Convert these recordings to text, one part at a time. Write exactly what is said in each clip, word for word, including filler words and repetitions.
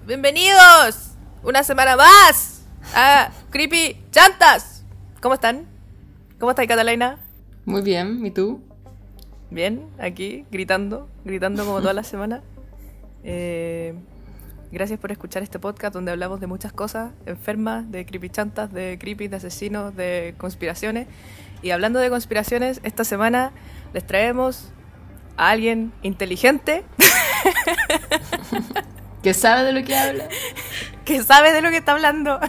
Bienvenidos una semana más a Creepy Chantas. ¿Cómo están? ¿Cómo estás, Catalina? Muy bien, ¿y tú? Bien, aquí, gritando, gritando como toda la semana. Eh, gracias por escuchar este podcast donde hablamos de muchas cosas enfermas, de creepy chantas, de creepy, de asesinos, de conspiraciones. Y hablando de conspiraciones, esta semana les traemos a alguien inteligente que sabe de lo que habla, que sabe de lo que está hablando.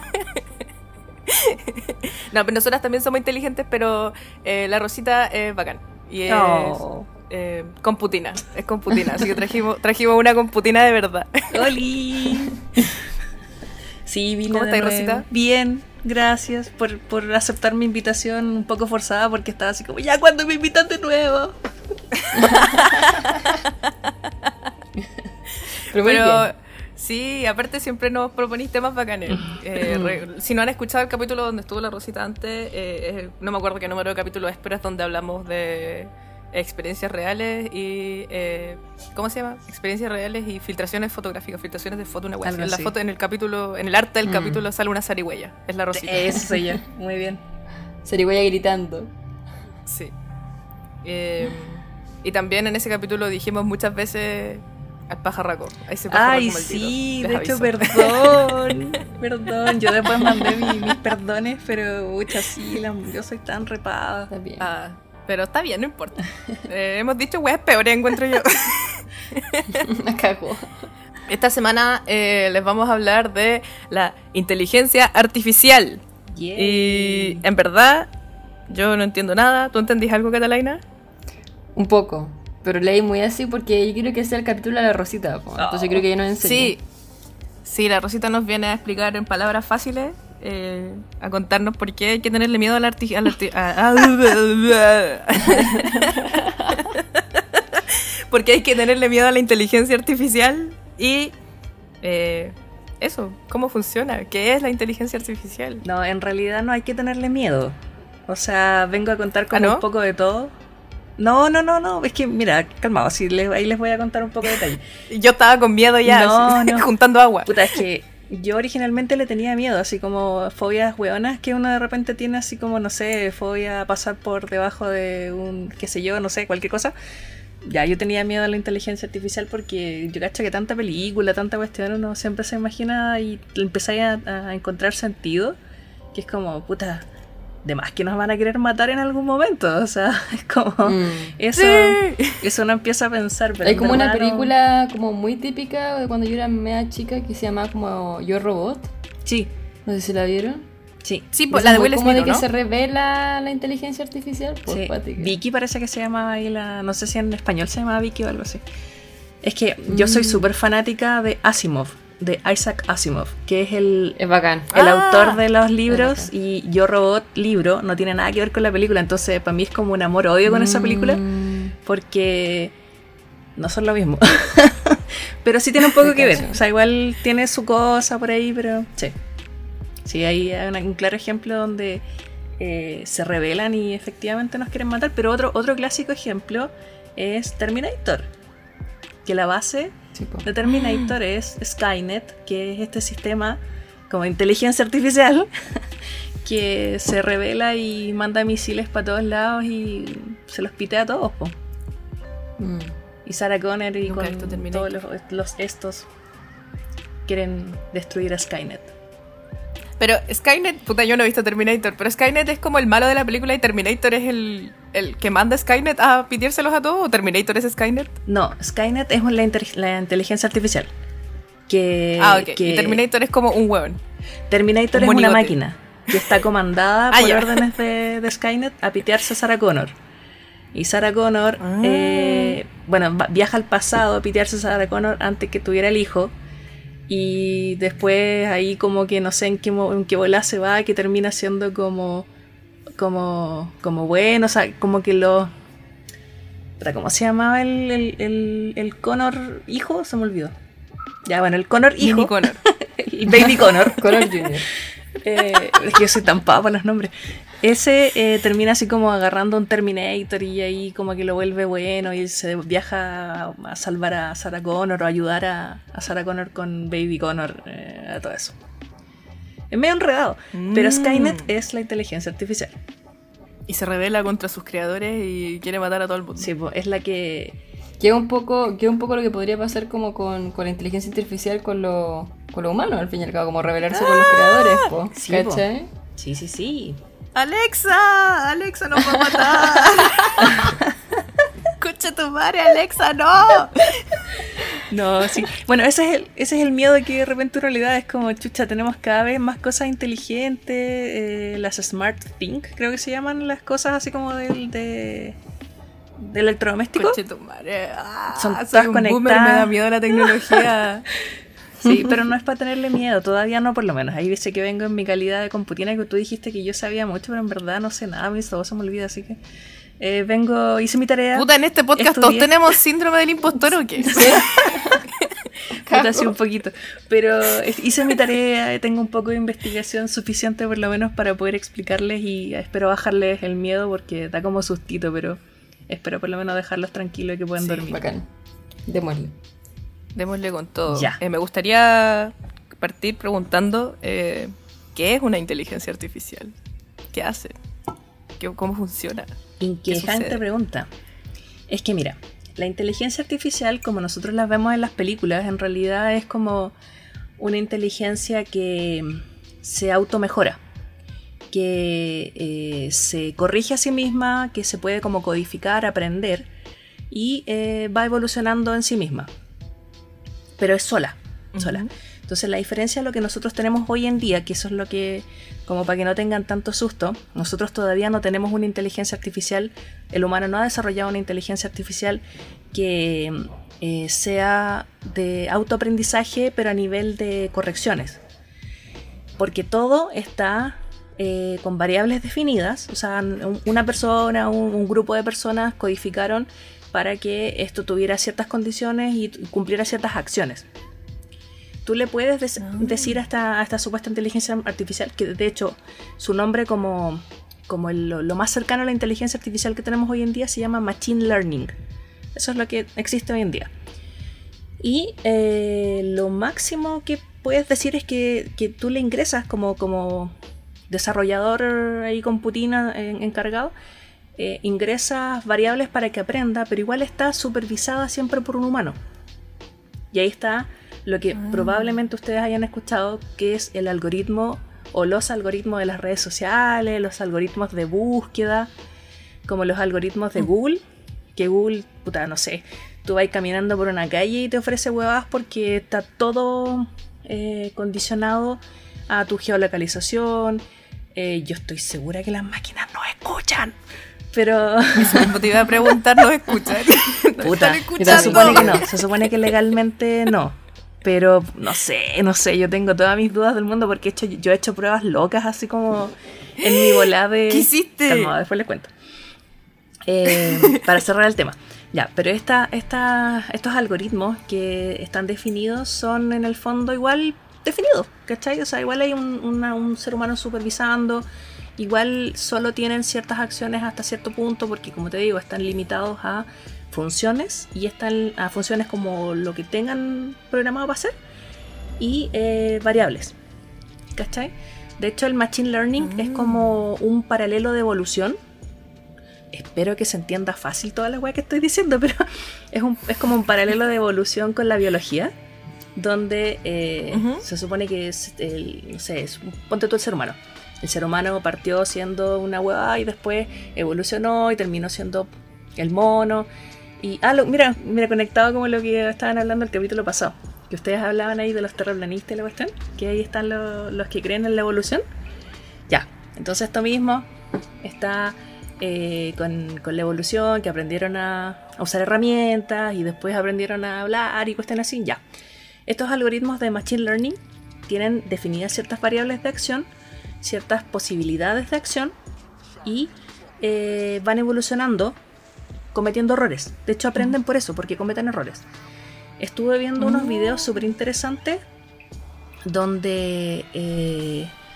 No, pero nosotras también somos inteligentes, pero eh, la Rosita es bacán. Y es oh. eh, computina, es computina, así que trajimos, trajimos una computina de verdad. ¡Holi! Sí, vine. ¿Cómo estás, Rosita? Bien, gracias por, por aceptar mi invitación un poco forzada, porque estaba así como, ya, ¿cuándo me invitan de nuevo? Pero, pero sí, aparte siempre nos proponís temas bacanes. Eh, re, si no han escuchado el capítulo donde estuvo la Rosita antes, eh, no me acuerdo qué número de capítulo es, pero es donde hablamos de experiencias reales y eh, ¿cómo se llama? Experiencias reales y filtraciones fotográficas, filtraciones de foto, una web. En la foto, en el capítulo, en el arte del mm. capítulo sale una zarigüeya, es la Rosita. Eso soy yo, muy bien. Zarigüeya gritando. Sí. Eh, y también en ese capítulo dijimos muchas veces al pajarraco, a ese pajarraco Ay, maldito. sí, Les de aviso. hecho, perdón, perdón, yo después mandé mi, mis perdones, pero, mucha sí, la, yo soy tan repada. Está bien. Ah, pero está bien, no importa. Eh, hemos dicho weas peores, encuentro yo. Me cago. Esta semana eh, les vamos a hablar de la inteligencia artificial. Yay. Y en verdad, yo no entiendo nada. ¿Tú entendís algo, Catalina? Un poco, pero leí muy así porque yo quiero que sea el capítulo de la Rosita, po. Entonces oh. creo que ella nos enseña. Sí, sí, la Rosita nos viene a explicar en palabras fáciles, eh, a contarnos por qué hay que tenerle miedo a la arti- a la arti- a- a- por qué hay que tenerle miedo a la inteligencia artificial y eh, eso, cómo funciona, qué es la inteligencia artificial. No, en realidad no hay que tenerle miedo. O sea, vengo a contar como ¿Ah, no? un poco de todo. No, no, no, no, es que mira, calmado, así les, ahí les voy a contar un poco de detalle. Yo estaba con miedo ya, no, así, no. juntando agua. Puta, es que yo originalmente le tenía miedo, así como fobias hueonas que uno de repente tiene, así como, no sé, fobia a pasar por debajo de un, qué sé yo, no sé, cualquier cosa. Ya, yo tenía miedo a la inteligencia artificial porque yo cacho que tanta película, tanta cuestión, uno siempre se imagina y empezáis a, a encontrar sentido, que es como, puta, de más que nos van a querer matar en algún momento, o sea, es como mm. eso, sí. Eso uno empieza a pensar. Pero hay como una no... película como muy típica de cuando yo era media chica que se llama como Yo Robot. Sí. No sé si la vieron. Sí, sí, pues la de Will Smith, como de que ¿no? se revela la inteligencia artificial. Pues, sí. Vicky parece que se llamaba ahí la, no sé si en español se llamaba Vicky o algo así. Es que mm. yo soy súper fanática de Asimov, de Isaac Asimov, que es el, es bacán. el ah, autor de los libros, y Yo Robot, libro, no tiene nada que ver con la película, entonces para mí es como un amor-odio con mm. esa película, porque no son lo mismo. Pero sí tiene un poco que ver, o sea, igual tiene su cosa por ahí, pero sí. Sí, hay un claro ejemplo donde eh, se rebelan y efectivamente nos quieren matar, pero otro, otro clásico ejemplo es Terminator, que la base sí, de Terminator es Skynet, que es este sistema como inteligencia artificial que se revela y manda misiles para todos lados y se los pitea a todos, po. Mm. Y Sarah Connor y Nunca con todos los, los estos quieren destruir a Skynet. Pero Skynet, puta, yo no he visto Terminator, pero Skynet es como el malo de la película y Terminator es el, el que manda a Skynet a pitiérselos a todos, ¿o Terminator es Skynet? No, Skynet es la, inter- la inteligencia artificial. Que, ah, ok. Que... Y Terminator es como un hueón. Terminator un es una máquina que está comandada ah, por ya. órdenes de, de Skynet a pitearse a Sarah Connor. Y Sarah Connor, ah. eh, bueno, viaja al pasado a pitearse a Sarah Connor antes que tuviera el hijo. Y después ahí como que no sé en qué, en qué bola se va, que termina siendo como como como bueno, o sea, como que lo... ¿Cómo se llamaba el, el, el, el Connor hijo? Se me olvidó. Ya, bueno, el Connor hijo. Mini Connor. El Baby Connor. Connor junior Eh, es que yo soy tan pava para los nombres. ese eh, termina así como agarrando un Terminator y ahí como que lo vuelve bueno y se viaja a, a salvar a Sarah Connor o ayudar a, a Sarah Connor con Baby Connor, eh, a todo eso. Es medio enredado, mm. pero Skynet es la inteligencia artificial. Y se rebela contra sus creadores y quiere matar a todo el mundo. Sí, pues es la que... Que es un poco, que es un poco lo que podría pasar como con, con la inteligencia artificial con lo, con lo humano, al fin y al cabo, como rebelarse ¡ah! Con los creadores, po, sí, ¿cachai? Po. Sí, sí, sí. ¡Alexa! ¡Alexa nos va a matar! ¡Escucha tu madre, Alexa, no! No, sí. Bueno, ese es el, ese es el miedo de que de repente en realidad es como, chucha, tenemos cada vez más cosas inteligentes, eh, las Smart Think, creo que se llaman las cosas así como del de, de electrodomésticos. Escucha tu madre. Ah, son todas conectadas. Boomer, me da miedo la tecnología. Sí, pero no es para tenerle miedo, todavía no por lo menos. Ahí dice que vengo en mi calidad de computina, que tú dijiste que yo sabía mucho, pero en verdad no sé nada, mis todo se me olvida, así que eh, vengo, hice mi tarea. Puta, en este podcast estudié. ¿Todos tenemos síndrome del impostor o qué? Sí. Puta, sí, un poquito. Pero hice mi tarea, tengo un poco de investigación suficiente por lo menos para poder explicarles y espero bajarles el miedo porque da como sustito, pero espero por lo menos dejarlos tranquilos y que puedan sí, dormir. Bacán. Démosle. Démosle con todo. Ya. Eh, me gustaría partir preguntando eh, ¿qué es una inteligencia artificial? ¿Qué hace? ¿Qué, ¿Cómo funciona? Inquietante pregunta. Es que mira, la inteligencia artificial, como nosotros la vemos en las películas, en realidad es como una inteligencia que se automejora, que eh, se corrige a sí misma, que se puede como codificar, aprender y eh, va evolucionando en sí misma. Pero es sola, uh-huh. sola. Entonces la diferencia de lo que nosotros tenemos hoy en día, que eso es lo que, como para que no tengan tanto susto, nosotros todavía no tenemos una inteligencia artificial, el humano no ha desarrollado una inteligencia artificial que eh, sea de autoaprendizaje, pero a nivel de correcciones. Porque todo está eh, con variables definidas, o sea, una persona, un, un grupo de personas codificaron para que esto tuviera ciertas condiciones y cumpliera ciertas acciones. Tú le puedes des- oh. decir a esta, a esta supuesta inteligencia artificial, que de hecho su nombre como, como el, lo, lo más cercano a la inteligencia artificial que tenemos hoy en día se llama Machine Learning. Eso es lo que existe hoy en día. Y eh, lo máximo que puedes decir es que, que tú le ingresas como, como desarrollador ahí computina en, encargado, Eh, ingresas variables para que aprenda, pero igual está supervisada siempre por un humano. Y ahí está lo que ah. probablemente ustedes hayan escuchado, que es el algoritmo o los algoritmos de las redes sociales, los algoritmos de búsqueda, como los algoritmos de mm. Google, que Google, puta, no sé, tú vas caminando por una calle y te ofrece huevadas porque está todo eh, condicionado a tu geolocalización. Eh, yo estoy segura que las máquinas no escuchan. Pero... Eso mismo te iba a preguntar, ¿no escuchan? ¿No Puta, se supone que no, se supone que legalmente no. Pero no sé, no sé, yo tengo todas mis dudas del mundo porque he hecho, yo he hecho pruebas locas así como en mi volada de... ¿Qué hiciste? Calma, después les cuento. Eh, para cerrar el tema. Ya, pero esta, esta, estos algoritmos que están definidos son en el fondo igual definidos, ¿cachai? O sea, igual hay un, una, un ser humano supervisando. Igual solo tienen ciertas acciones hasta cierto punto porque, como te digo, están limitados a funciones y están a funciones como lo que tengan programado para hacer y eh, variables, ¿cachai? De hecho, el Machine Learning mm. es como un paralelo de evolución. Espero que se entienda fácil toda la weá que estoy diciendo, pero es, un, es como un paralelo de evolución con la biología, donde eh, uh-huh. se supone que es, el, no sé, es, ponte tú el ser humano. El ser humano partió siendo una hueá y después evolucionó y terminó siendo el mono. Y, ah, lo, mira, mira, conectado como lo que estaban hablando el capítulo pasado, que ustedes hablaban ahí de los terraplanistas y la cuestión, que ahí están lo, los que creen en la evolución. Ya, entonces esto mismo está eh, con, con la evolución, que aprendieron a, a usar herramientas y después aprendieron a hablar y cuestiones así. Ya, estos algoritmos de Machine Learning tienen definidas ciertas variables de acción, ciertas posibilidades de acción y eh, van evolucionando cometiendo errores. De hecho aprenden por eso, porque cometen errores. Estuve viendo unos videos súper interesantes donde eh,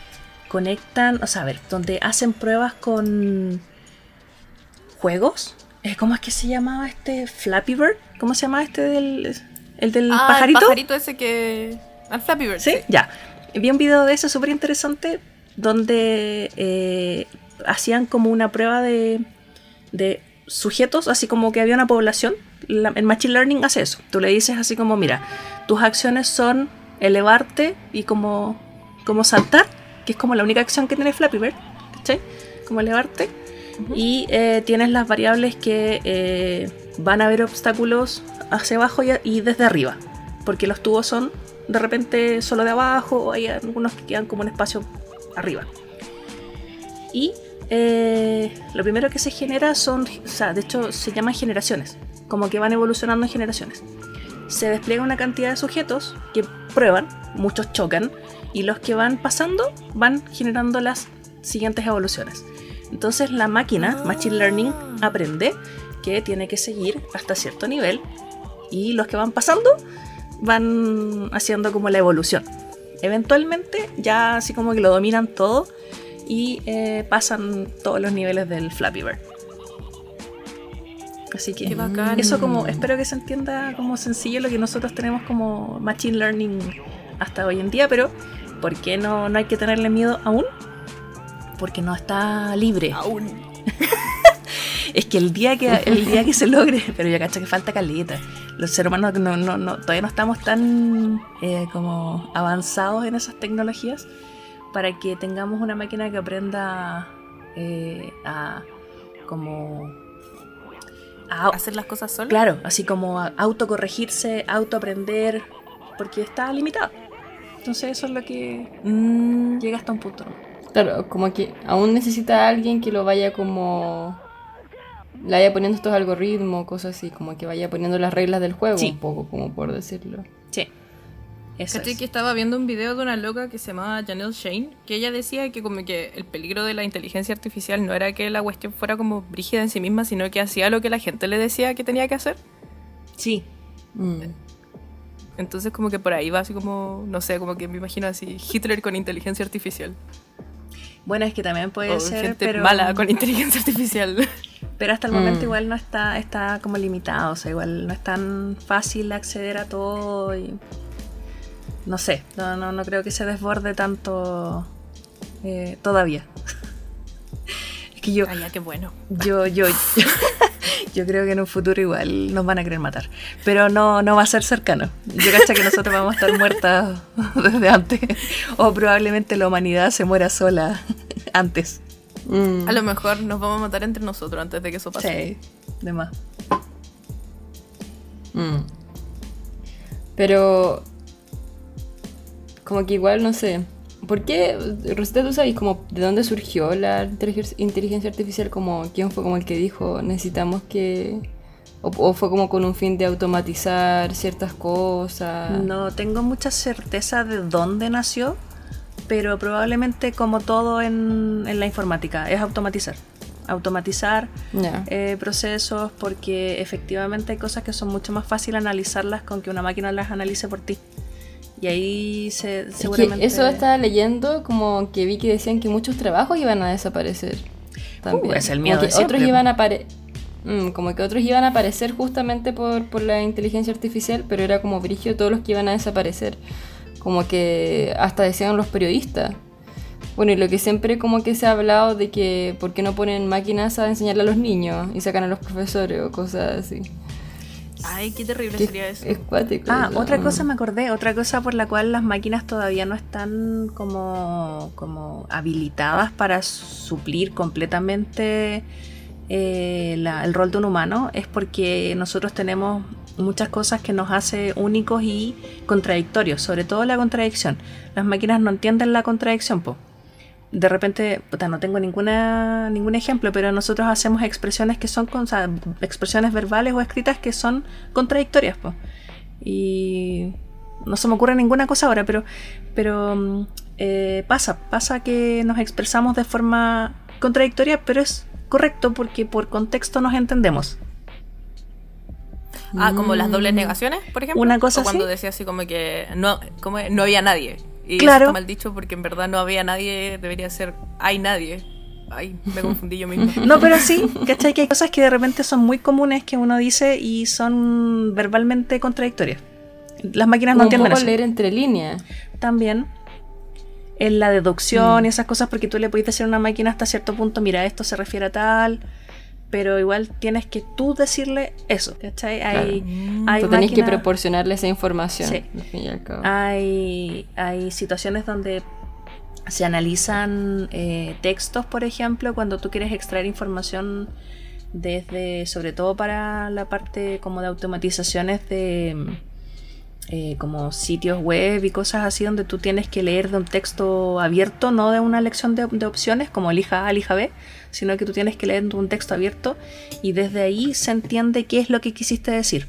conectan, o sea, a ver, donde hacen pruebas con juegos. Eh, ¿Cómo es que se llamaba este Flappy Bird? ¿Cómo se llama este del el del ah, pajarito? El pajarito ese que... Al Flappy Bird. ¿Sí? Sí, Ya. Vi un video de eso súper interesante donde eh, hacían como una prueba de, de sujetos, así como que había una población. La, el Machine Learning hace eso. Tú le dices así como, mira, tus acciones son elevarte y como, como saltar, que es como la única acción que tiene Flappy Bird, ¿cachai? Como elevarte. Uh-huh. Y eh, tienes las variables que eh, van a haber obstáculos hacia abajo y, y desde arriba, porque los tubos son de repente solo de abajo, o hay algunos que quedan como un espacio arriba. Y eh, lo primero que se genera son, o sea, de hecho se llaman generaciones, como que van evolucionando en generaciones. Se despliega una cantidad de sujetos que prueban, muchos chocan, y los que van pasando van generando las siguientes evoluciones. Entonces la máquina, Machine Learning, aprende que tiene que seguir hasta cierto nivel, y los que van pasando van haciendo como la evolución. Eventualmente ya así como que lo dominan todo y eh, pasan todos los niveles del Flappy Bird. Así que eso, como espero que se entienda como sencillo lo que nosotros tenemos como Machine Learning hasta hoy en día. Pero ¿por qué no, no hay que tenerle miedo aún? Porque no está libre aún. Es que el día que el día que se logre, pero yo cacho que falta caleta. Los seres humanos no, no, no, todavía no estamos tan eh, como avanzados en esas tecnologías para que tengamos una máquina que aprenda eh, a como a hacer las cosas sola. Claro, así como a autocorregirse, autoaprender, porque está limitado. Entonces eso es lo que mm, llega hasta un punto, ¿no? Claro, como que aún necesita a alguien que lo vaya como... le vaya poniendo estos algoritmos, cosas así, como que vaya poniendo las reglas del juego, sí. Un poco, como por decirlo. Sí. Eso Fíjate es. que estaba viendo un video de una loca que se llamaba Janelle Shane, que ella decía que como que el peligro de la inteligencia artificial no era que la cuestión fuera como brígida en sí misma, sino que hacía lo que la gente le decía que tenía que hacer. Sí. Mm. Entonces como que por ahí va así como, no sé, como que me imagino así, Hitler con inteligencia artificial. Bueno, es que también puede o ser, gente pero... mala con inteligencia artificial. Pero hasta el mm. momento igual no está, está como limitado, o sea, igual no es tan fácil acceder a todo y... No sé, no, no, no creo que se desborde tanto eh, todavía. Es que yo... Ah, ya, qué bueno. Yo, yo, yo, yo creo que en un futuro igual nos van a querer matar. Pero no, no va a ser cercano. Yo cacho que nosotros vamos a estar muertas desde antes. O probablemente la humanidad se muera sola antes. Mm. A lo mejor nos vamos a matar entre nosotros antes de que eso pase. Sí, de más. Mm. Pero... como que igual, no sé... ¿Por qué, Rosita, tú sabes como de dónde surgió la inteligencia artificial? Como quién fue como el que dijo necesitamos que... O, o fue como con un fin de automatizar ciertas cosas. No tengo mucha certeza de dónde nació, pero probablemente como todo en, en la informática, es automatizar. Automatizar yeah. eh, procesos, porque efectivamente hay cosas que son mucho más fáciles analizarlas con que una máquina las analice por ti. Y ahí se, seguramente... Es que eso estaba leyendo, como que vi que decían que muchos trabajos iban a desaparecer. También. Uh, es el miedo como que de siempre. Otros iban a apare- mm, como que otros iban a aparecer justamente por, por la inteligencia artificial, pero era como brígido todos los que iban a desaparecer. Como que hasta decían los periodistas. Bueno, y lo que siempre como que se ha hablado de que por qué no ponen máquinas a enseñarle a los niños y sacan a los profesores o cosas así. Ay, qué terrible ¿Qué sería eso. Es cuático. Ah, ¿no? otra cosa me acordé, otra cosa por la cual las máquinas todavía no están como, como habilitadas para suplir completamente eh, la, el rol de un humano, es porque nosotros tenemos muchas cosas que nos hace únicos y contradictorios, sobre todo la contradicción. Las máquinas no entienden la contradicción, po. De repente, puta, no tengo ninguna ningún ejemplo, pero nosotros hacemos expresiones que son, o sea, expresiones verbales o escritas que son contradictorias, po. Y no se me ocurre ninguna cosa ahora, pero pero eh, pasa, pasa que nos expresamos de forma contradictoria, pero es correcto porque por contexto nos entendemos. Ah, como las dobles negaciones, por ejemplo. Una cosa o cuando así. decía así como que no, como no había nadie. Y Claro. eso está mal dicho porque en verdad no había nadie, debería ser hay nadie. Ay, me confundí yo misma. No, pero sí, ¿cachai? Que hay cosas que de repente son muy comunes que uno dice y son verbalmente contradictorias. Las máquinas Como no un entienden poco eso. leer entre líneas. También en la deducción Mm. y esas cosas, porque tú le puedes decir a una máquina hasta cierto punto, mira, esto se refiere a tal, pero igual tienes que tú decirle eso, ¿cachai? Hay, Mm. hay Tú tenés que máquinas- proporcionarle esa información. Sí. Al fin y al cabo. Hay, hay situaciones donde se analizan eh, textos, por ejemplo, cuando tú quieres extraer información desde, sobre todo para la parte como de automatizaciones de eh, como sitios web y cosas así, donde tú tienes que leer de un texto abierto, no de una lección de, de opciones como elija A, elija B, sino que tú tienes que leer de un texto abierto y desde ahí se entiende qué es lo que quisiste decir,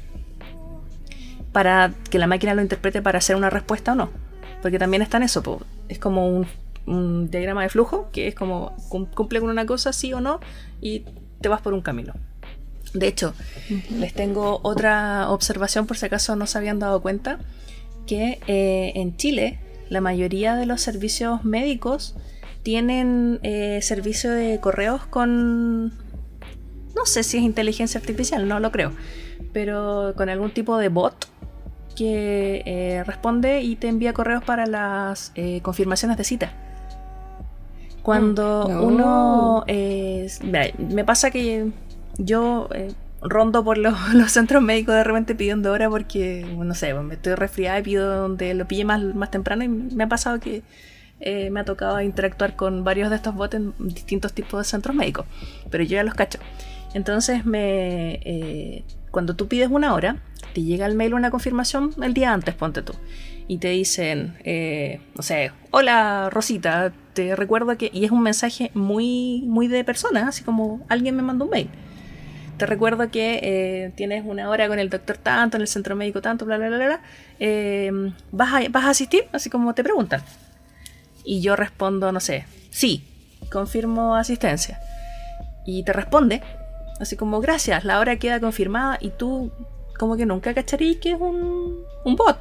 para que la máquina lo interprete para hacer una respuesta o no. Porque también está en eso, po. Es como un, un diagrama de flujo, que es como cum- cumple con una cosa, sí o no, y te vas por un camino. De hecho, uh-huh. les tengo otra observación por si acaso no se habían dado cuenta, que eh, en Chile la mayoría de los servicios médicos tienen eh, servicio de correos con... no sé si es inteligencia artificial, no lo creo, pero con algún tipo de bot que eh, responde y te envía correos para las eh, confirmaciones de cita. Cuando no. uno... Eh, me pasa que yo eh, rondo por los, los centros médicos de repente pidiendo hora porque, no sé, me estoy resfriada y pido donde lo pille más, más temprano, y me ha pasado que eh, me ha tocado interactuar con varios de estos bots en distintos tipos de centros médicos, pero yo ya los cacho. Entonces, me, eh, cuando tú pides una hora, te llega al mail una confirmación el día antes, ponte tú, y te dicen, eh, no sé, hola Rosita, te recuerdo que... Y es un mensaje muy, muy de persona, así como alguien me mandó un mail. Te recuerdo que eh, tienes una hora con el doctor tanto, en el centro médico tanto, bla, bla, bla, bla. Eh, ¿vas, a, ¿Vas a asistir? Así como te preguntan. Y yo respondo, no sé, sí, confirmo asistencia. Y te responde, así como, gracias, la hora queda confirmada, y tú como que nunca cacharías que es un, un bot.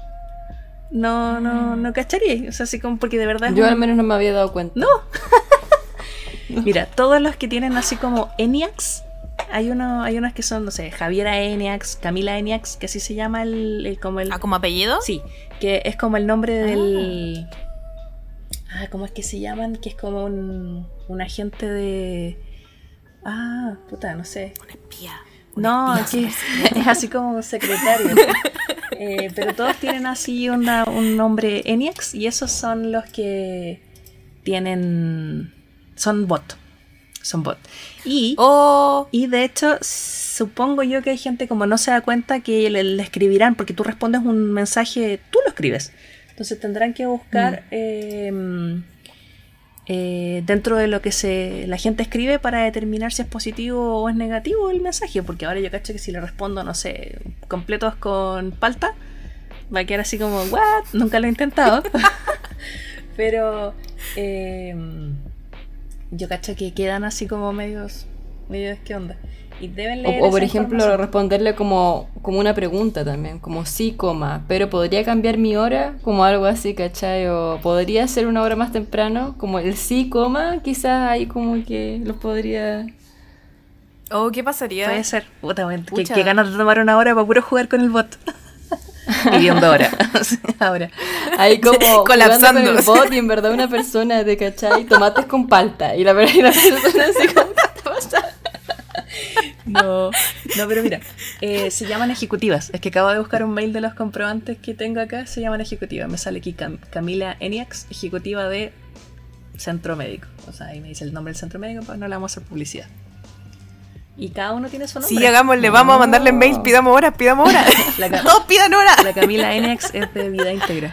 No, no, no cacharías. O sea, así como porque de verdad... Yo un... al menos no me había dado cuenta. No. No. Mira, todos los que tienen así como ENIACs, hay uno, hay unas que son, no sé, Javiera ENIACs, Camila ENIACs, que así se llama el, el como el... ¿Ah, como apellido? Sí, que es como el nombre del... Ah, ¿cómo es que se llaman? Que es como un, un agente de... Ah, puta, no sé. Un espía. No, que es así como secretario. eh, pero todos tienen así una, un nombre ENIACs, y esos son los que tienen... Son bot. Son bot. Y, oh. y de hecho, supongo yo que hay gente como no se da cuenta que le, le escribirán, porque tú respondes un mensaje, tú lo escribes. Entonces tendrán que buscar mm. eh, eh, dentro de lo que se la gente escribe para determinar si es positivo o es negativo el mensaje. Porque ahora yo cacho que si le respondo, no sé, completos con palta, va a quedar así como, ¿what? Nunca lo he intentado. Pero... Eh, yo cacho que quedan así como medios, medios ¿qué onda? Y deben leer o, o por ejemplo información. responderle como, como una pregunta también, como sí, coma, pero podría cambiar mi hora, como algo así, ¿cachai? O podría ser una hora más temprano, como el sí, coma, quizás ahí como que los podría... Oh, ¿qué pasaría? Puede ser, puta, bueno, que, que ganas de tomar una hora para puro jugar con el bot. Pidiendo hora. Ahora. Ahí como colapsando con el bot, y en verdad una persona de, ¿cachai? Tomates con palta. Y la, y la persona así como, ¿qué te pasa? No, no, pero mira, eh, se llaman ejecutivas. Es que acabo de buscar un mail de los comprobantes que tengo acá. Se llaman ejecutivas. Me sale aquí Cam- Camila ENIACs, ejecutiva de centro médico. O sea, ahí me dice el nombre del centro médico, pues no le vamos a hacer publicidad. Y cada uno tiene su nombre. Sí, hagámosle, no. Vamos a mandarle mail, pidamos horas, pidamos horas. Ca- Todos pidan horas. La Camila ENIACs es de vida íntegra.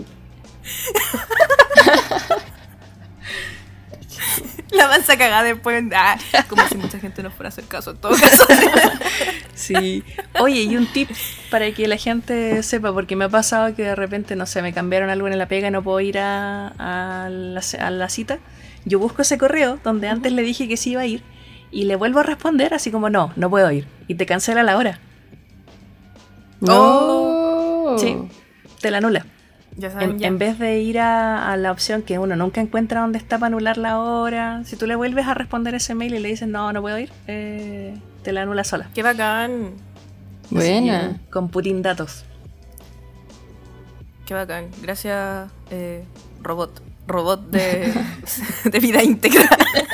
La mansa cagada después. Ah, como si mucha gente no fuera a hacer caso en todo caso. Sí. Oye, y un tip para que la gente sepa, porque me ha pasado que de repente, no sé, me cambiaron algo en la pega y no puedo ir a, a, la, a la cita. Yo busco ese correo donde antes le dije que sí iba a ir, y le vuelvo a responder así como, no, no puedo ir. Y te cancela la hora. No. Sí, te la anula. Ya saben, En, ya. en vez de ir a, a la opción que uno nunca encuentra dónde está para anular la hora, si tú le vuelves a responder ese mail y le dices no, no puedo ir, eh, te la anula sola. Qué bacán. Buena. Así que, con Putin datos. Qué bacán. Gracias, eh, robot. Robot de, de vida íntegra.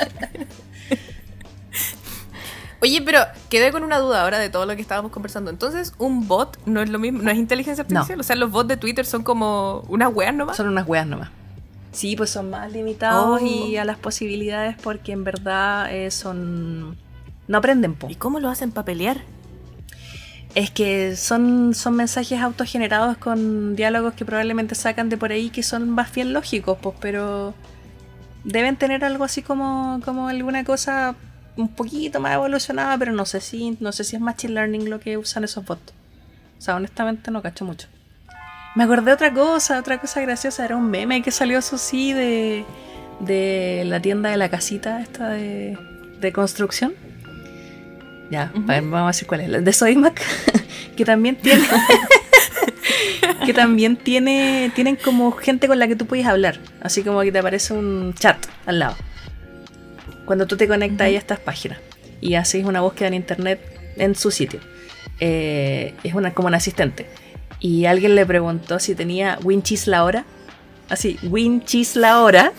Oye, pero quedé con una duda ahora de todo lo que estábamos conversando. Entonces, ¿un bot no es lo mismo? ¿No es inteligencia artificial? No. O sea, los bots de Twitter son como unas weas nomás. Son unas weas nomás. Sí, pues son más limitados Oh. y a las posibilidades porque en verdad eh, son... No aprenden, po. ¿Y cómo lo hacen para pelear? Es que son, son mensajes autogenerados con diálogos que probablemente sacan de por ahí que son más bien lógicos, pues, pero deben tener algo así como, como alguna cosa un poquito más evolucionada, pero no sé si, no sé si es machine learning lo que usan esos bots. O sea, honestamente no cacho mucho. Me acordé de otra cosa, otra cosa graciosa, era un meme que salió, eso sí, de, de la tienda de la casita esta de, de construcción. Ya, Ujú. a ver, vamos a decir cuál es. La de Sodimac, que también tiene. que también tiene. Tienen como gente con la que tú puedes hablar. Así como que te aparece un chat al lado. Cuando tú te conectas ahí a estas páginas. Y haces una búsqueda en internet en su sitio. Eh, es una, como un asistente. Y alguien le preguntó si tenía Winchis la hora. Así, Winchis la hora.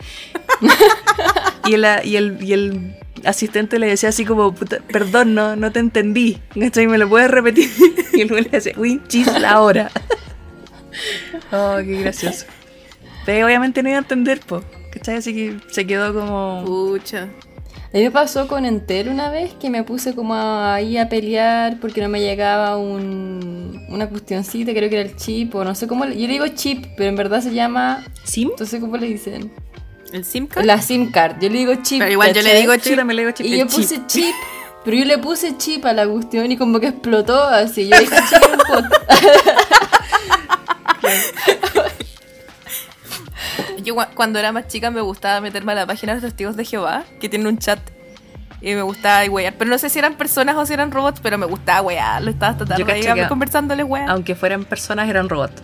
y, el, y, el, y el asistente le decía así como, puta, perdón, no, no te entendí. ¿Cachai? ¿Me lo puedes repetir? Y el güey le decía, Winchis la hora. Oh, qué gracioso. Pero obviamente no iba a entender, po. ¿Cachai? Así que se quedó como... Pucha. A mí me pasó con Entel una vez que me puse como ahí a pelear porque no me llegaba un, una cuestioncita, creo que era el chip o no sé cómo, le- yo le digo chip, pero en verdad se llama, ¿Sim? entonces ¿cómo le dicen? ¿El SIM card? La SIM card, yo le digo chip. Pero igual yo le ¿cachai? digo Sí, chip. también le digo chip. Y el yo chip. puse chip, pero yo le puse chip a la cuestión y como que explotó así, yo dije chip en pot. Yo cua- cuando era más chica me gustaba meterme a la página de los Testigos de Jehová, que tiene un chat. Y me gustaba ahí wear. Pero no sé si eran personas o si eran robots, pero me gustaba wear. Lo estaba hasta tarde cacho ahí que- conversándoles wear. Aunque fueran personas, eran robots.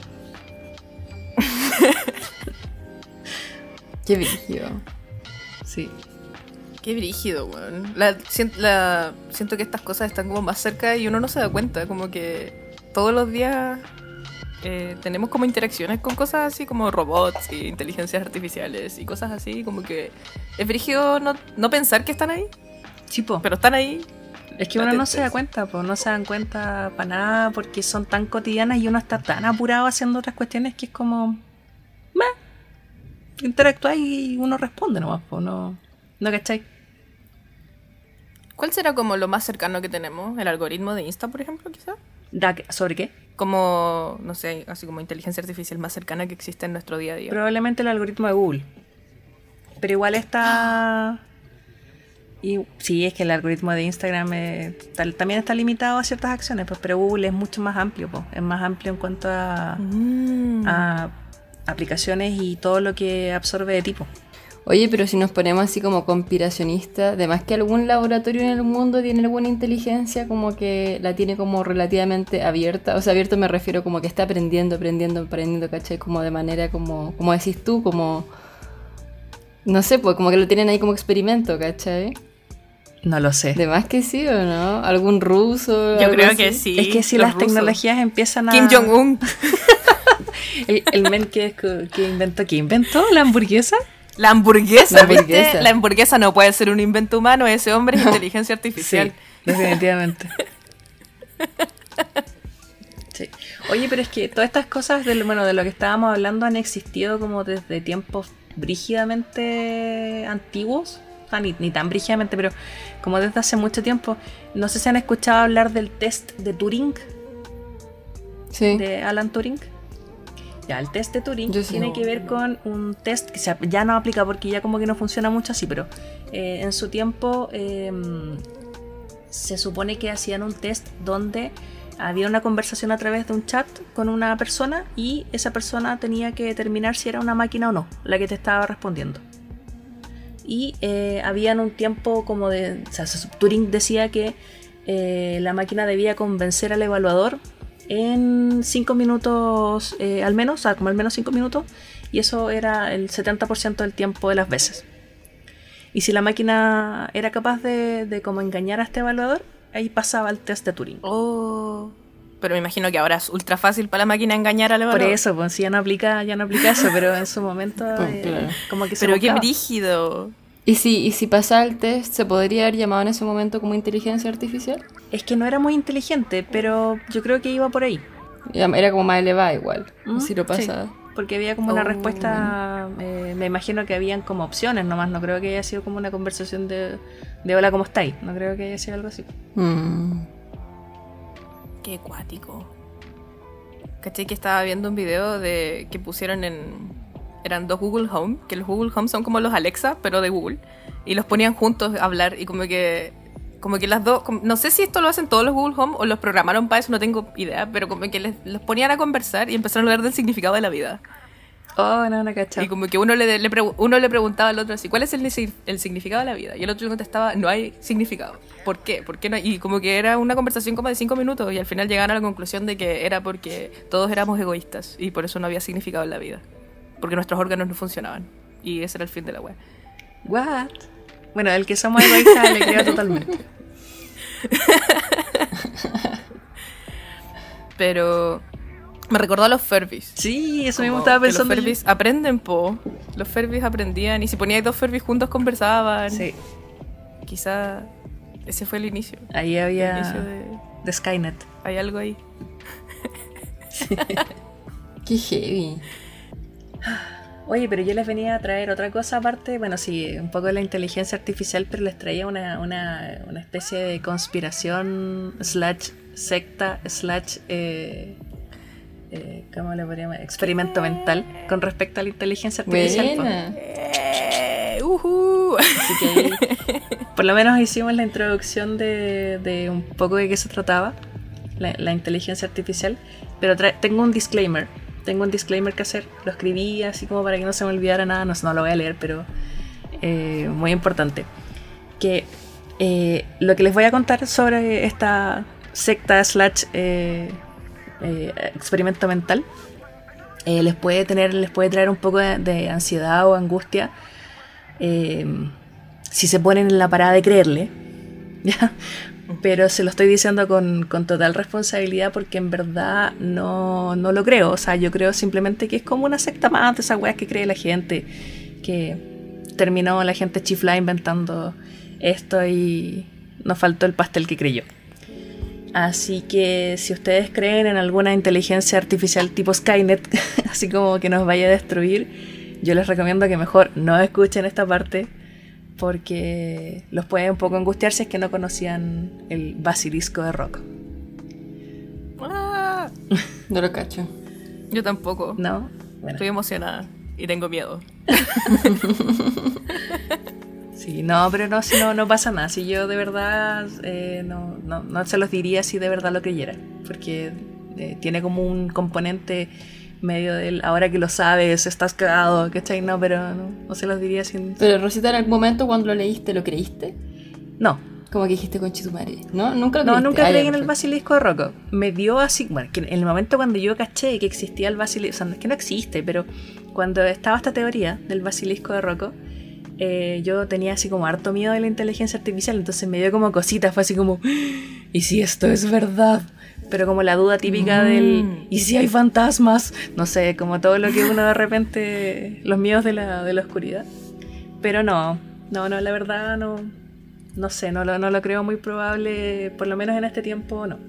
Qué brillo. Sí. Qué brígido, weón. La, sien- la- siento que estas cosas están como más cerca y uno no se da cuenta. Como que todos los días eh, tenemos como interacciones con cosas así como robots y inteligencias artificiales y cosas así. Como que es brígido no, no pensar que están ahí, Sí, po. pero están ahí. Es que uno no se da latentes. cuenta, pues no se dan cuenta para nada porque son tan cotidianas y uno está tan apurado haciendo otras cuestiones que es como... Meh. Interactúa y uno responde nomás, pues no... ¿No cachai? ¿Cuál será como lo más cercano que tenemos? ¿El algoritmo de Insta, por ejemplo, quizás? Da- ¿Sobre qué? Como, no sé, así como inteligencia artificial más cercana que existe en nuestro día a día. Probablemente el algoritmo de Google. Pero igual está... Y sí, es que el algoritmo de Instagram eh, tal- también está limitado a ciertas acciones, pues, pero Google es mucho más amplio, pues. Es más amplio en cuanto a, Mm. a aplicaciones y todo lo que absorbe de tipo. Oye, pero si nos ponemos así como conspiracionistas, además que algún laboratorio en el mundo tiene alguna inteligencia como que la tiene como relativamente abierta, o sea, abierto me refiero como que está aprendiendo, aprendiendo, aprendiendo, ¿cachai? Como de manera como, como decís tú, como, no sé, pues como que lo tienen ahí como experimento, ¿cachai? No lo sé. De más que sí o no, algún ruso. Yo algo creo así. que sí. Es que si los las rusos. tecnologías empiezan a... Kim Jong-un. El, el men que, que inventó, ¿qué inventó? ¿La hamburguesa? La hamburguesa, La hamburguesa. ¿viste? La hamburguesa no puede ser un invento humano, ese hombre es inteligencia artificial. Sí, definitivamente. Sí. Oye, pero es que todas estas cosas del, bueno, de lo que estábamos hablando han existido como desde tiempos brígidamente antiguos. O sea, ni, ni tan brígidamente, pero como desde hace mucho tiempo. No sé si han escuchado hablar del test de Turing, Sí. de Alan Turing. Ya, el test de Turing Yo sí. tiene No, que ver no. con un test que se- ya no aplica porque ya como que no funciona mucho así, pero eh, en su tiempo eh, se supone que hacían un test donde había una conversación a través de un chat con una persona y esa persona tenía que determinar si era una máquina o no la que te estaba respondiendo. Y eh, habían un tiempo como de... O sea, Turing decía que eh, la máquina debía convencer al evaluador en cinco minutos eh, al menos, o sea, como al menos cinco minutos, y eso era el setenta por ciento del tiempo de las veces. Y si la máquina era capaz de, de como engañar a este evaluador, ahí pasaba el test de Turing. Oh. Pero me imagino que ahora es ultra fácil para la máquina engañar al evaluador. Por eso, pues si ya no aplica, ya no aplica eso, pero en su momento eh, Claro. como que se Pero qué buscaba. brígido. ¿Y si, y si pasaba el test, se podría haber llamado en ese momento como inteligencia artificial? Es que no era muy inteligente, pero yo creo que iba por ahí. Era como más elevada igual, ¿Mm? si lo Sí, pasaba. porque había como una Oh. respuesta, eh, me imagino que habían como opciones nomás, no creo que haya sido como una conversación de, de hola, ¿cómo estáis? No creo que haya sido algo así. Mm. Qué cuático. Caché que estaba viendo un video de que pusieron en... Eran dos Google Home, que los Google Home son como los Alexa, pero de Google. Y los ponían juntos a hablar y como que... Como que las dos... como- no sé si esto lo hacen todos los Google Home o los programaron para eso, no tengo idea. Pero como que les, los ponían a conversar y empezaron a hablar del significado de la vida. Oh, no, no cachado. Y como que uno le, le pregu- uno le preguntaba al otro así, ¿cuál es el, nisi- el significado de la vida? Y el otro le contestaba, no hay significado. ¿Por qué? ¿Por qué no? Y como que era una conversación como de cinco minutos y al final llegaron a la conclusión de que era porque todos éramos egoístas y por eso no había significado en la vida. Porque nuestros órganos no funcionaban. Y ese era el fin de la web. What? Bueno, el que somos egoístas le creo totalmente. Pero me recordó a los Furbies. Sí, eso mismo Como estaba que pensando. Los yo. Furbies aprenden, po. Los Furbies aprendían y si poníais dos Furbies juntos conversaban. Sí, Quizá ese fue el inicio. ahí El había inicio de... de Skynet. Hay algo ahí. Qué heavy. Oye, pero yo les venía a traer otra cosa aparte, bueno, sí, un poco de la inteligencia artificial, pero les traía una, una, una especie de conspiración slash secta slash eh, eh, ¿cómo le podríamos? Experimento mental con respecto a la inteligencia artificial. po. Buena. Eh, ujú. Así que ahí, por lo menos hicimos la introducción de, de un poco de qué se trataba la, la inteligencia artificial, pero tra- tengo un disclaimer. Tengo un disclaimer que hacer, lo escribí así como para que no se me olvidara nada, no, no lo voy a leer, pero eh, muy importante. Que eh, lo que les voy a contar sobre esta secta slash eh, eh, experimento mental eh, les puede tener, les puede traer un poco de, de ansiedad o angustia eh, si se ponen en la parada de creerle, ¿ya? Pero se lo estoy diciendo con, con total responsabilidad porque en verdad no, no lo creo. O sea, yo creo simplemente que es como una secta más de esas weas que cree la gente. Que terminó la gente chiflada inventando esto y nos faltó el pastel que creyó. Así que si ustedes creen en alguna inteligencia artificial tipo Skynet, así como que nos vaya a destruir, yo les recomiendo que mejor no escuchen esta parte, porque los puede un poco angustiar si es que no conocían el basilisco de Rocco. Ah, No lo cacho. yo tampoco. ¿No? Bueno, Estoy emocionada y tengo miedo. sí, no, pero no, si no, no pasa nada. Si yo de verdad eh, no, no, no se los diría si de verdad lo creyera, porque eh, tiene como un componente medio del ahora que lo sabes, estás cagado, ¿cachai? No, pero no, no se los diría sin... Pero Rosita, en algún momento cuando lo leíste, ¿lo creíste? No, Como que dijiste conchetumare, ¿no? Nunca lo no, creíste. nunca Ah, creí ya, en el perfecto. basilisco de Rocco. Me dio así, bueno, que en el momento cuando yo caché que existía el basilisco, o sea, no es que no existe, pero cuando estaba esta teoría del basilisco de Rocco, eh, yo tenía así como harto miedo de la inteligencia artificial, entonces me dio como cositas, fue así como, ¿y si esto es verdad? Pero como la duda típica Mm. del, ¿y si hay fantasmas? No sé, como todo lo que uno de repente, los miedos de la, de la oscuridad. Pero no, no, no, la verdad no, no sé, no lo, no lo creo muy probable, por lo menos en este tiempo no.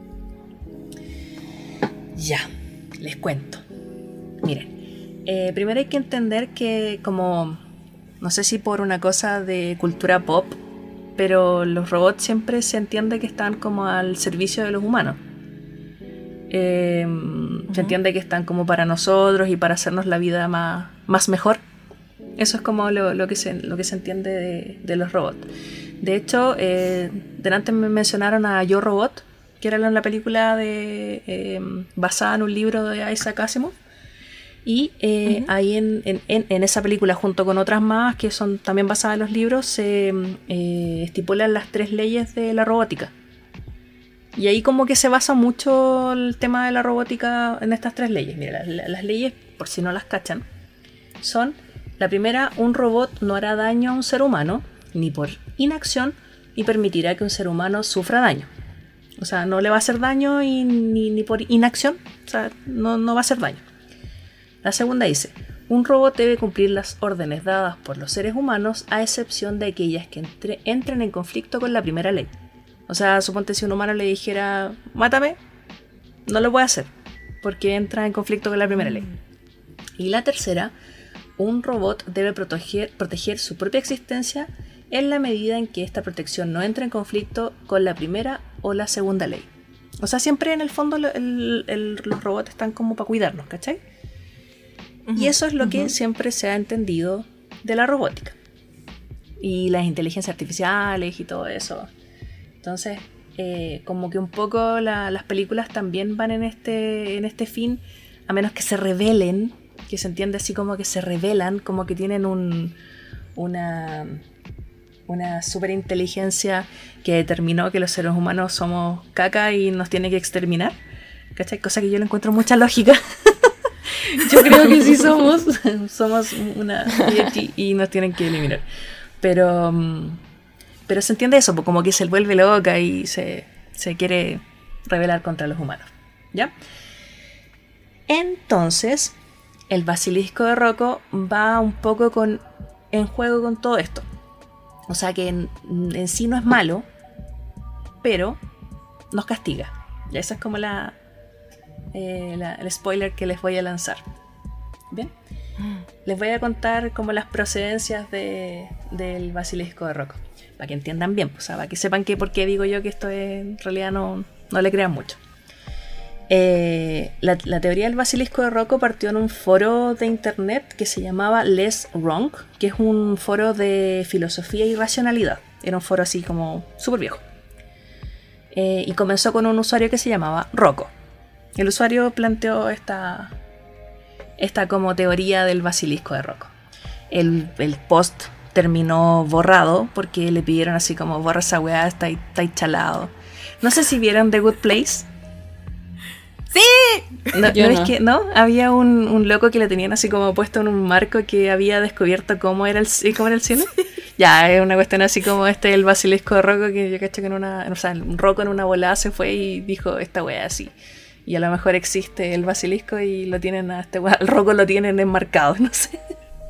Ya, les cuento. Miren, eh, primero hay que entender que como, no sé si por una cosa de cultura pop, pero los robots siempre se entiende que están como al servicio de los humanos. Eh, Ujú. Se entiende que están como para nosotros y para hacernos la vida más, más mejor. Eso es como lo, lo, que, se, lo que se entiende de, de los robots. De hecho, eh, delante me mencionaron a Yo Robot, que era la, la película de, eh, basada en un libro de Isaac Asimov. Y eh, Ujú. ahí en, en, en, en esa película, junto con otras más que son también basadas en los libros, se eh, estipulan las tres leyes de la robótica. Y ahí como que se basa mucho el tema de la robótica en estas tres leyes. Mira, las, las leyes, por si no las cachan, son: la primera, un robot no hará daño a un ser humano, ni por inacción, ni permitirá que un ser humano sufra daño. O sea, no le va a hacer daño y ni, ni por inacción, o sea, no, no va a hacer daño. La segunda dice: un robot debe cumplir las órdenes dadas por los seres humanos, a excepción de aquellas que entre, entren en conflicto con la primera ley. O sea, suponte si un humano le dijera, mátame, no lo puede hacer, porque entra en conflicto con la primera ley. Y la tercera, un robot debe proteger, proteger su propia existencia en la medida en que esta protección no entre en conflicto con la primera o la segunda ley. O sea, siempre en el fondo el, el, los robots están como para cuidarnos, ¿cachai? Uh-huh. Y eso es lo uh-huh. que siempre se ha entendido de la robótica. Y las inteligencias artificiales y todo eso. Entonces, eh, como que un poco la, las películas también van en este, en este fin, a menos que se rebelen, que se entiende así como que se rebelan, como que tienen un, una, una superinteligencia que determinó que los seres humanos somos caca y nos tiene que exterminar. ¿Cachai? Cosa que yo le encuentro mucha lógica. Yo creo que sí somos. Somos una y, y nos tienen que eliminar. Pero... Pero se entiende eso, como que se vuelve loca y se, se quiere rebelar contra los humanos, ¿ya? Entonces, el basilisco de Rocco va un poco con, en juego con todo esto. O sea que en, en sí no es malo, pero nos castiga. Ya esa es como la, eh, la, el spoiler que les voy a lanzar. ¿Bien? Les voy a contar como las procedencias de, del basilisco de Rocco. Para que entiendan bien, pues, para que sepan que por qué digo yo que esto es, en realidad no, no le crean mucho. Eh, la, la teoría del basilisco de Rocco partió en un foro de internet que se llamaba Less Wrong, que es un foro de filosofía y racionalidad. Era un foro así como súper viejo. Eh, y comenzó con un usuario que se llamaba Rocco. El usuario planteó esta, esta como teoría del basilisco de Rocco. El, el post terminó borrado porque le pidieron así como borra esa weá, está, está chalado. No sé si vieron The Good Place. ¡Sí! No, ¿no es que no? Había un, un loco que le tenían así como puesto en un marco que había descubierto cómo era el, cómo era el cielo. Ya, es una cuestión así como este, el basilisco de Rocco, que yo cacho que en una, o sea, un Rocco en una volada se fue y dijo esta weá así. Y a lo mejor existe el basilisco y lo tienen a este weá, el Rocco lo tienen enmarcado, no sé.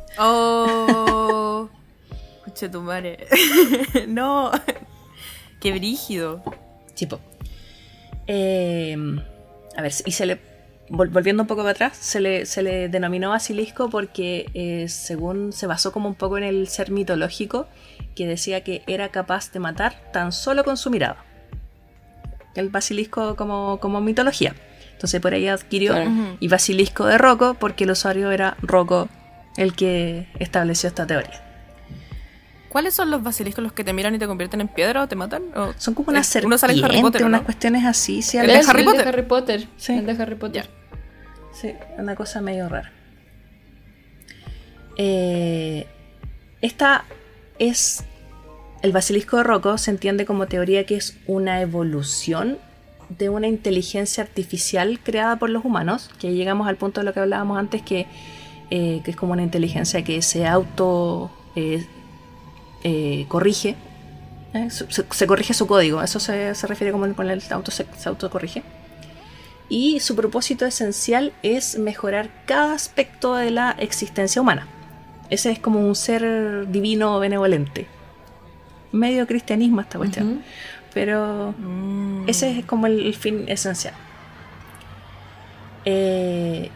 Oh... Escucha tu madre. No. Qué brígido. Tipo. Eh, a ver, y se le. Volviendo un poco para atrás, se le, se le denominó basilisco porque, eh, según se basó como un poco en el ser mitológico, que decía que era capaz de matar tan solo con su mirada. El basilisco como, como mitología. Entonces por ahí adquirió. Uh-huh. Y basilisco de Rocco porque el usuario era Rocco el que estableció esta teoría. ¿Cuáles son los basiliscos, los que te miran y te convierten en piedra o te matan? ¿O son como unas serpientes, uno sale en Harry Potter, unas ¿no? cuestiones así. ¿Sí? El, ¿El de de Harry Potter? El de Harry Potter. Sí. El de Harry Potter. Sí, una cosa medio rara. Eh, esta es... El basilisco de Rocco se entiende como teoría que es una evolución de una inteligencia artificial creada por los humanos, que llegamos al punto de lo que hablábamos antes, que, eh, que es como una inteligencia que se auto... Eh, Eh, corrige, eh, se, se corrige su código, eso se, se refiere como con el auto se, se autocorrige. Y su propósito esencial es mejorar cada aspecto de la existencia humana. Ese es como un ser divino benevolente. Medio cristianismo esta cuestión, uh-huh. Pero mm. ese es como el, el fin esencial. Eh,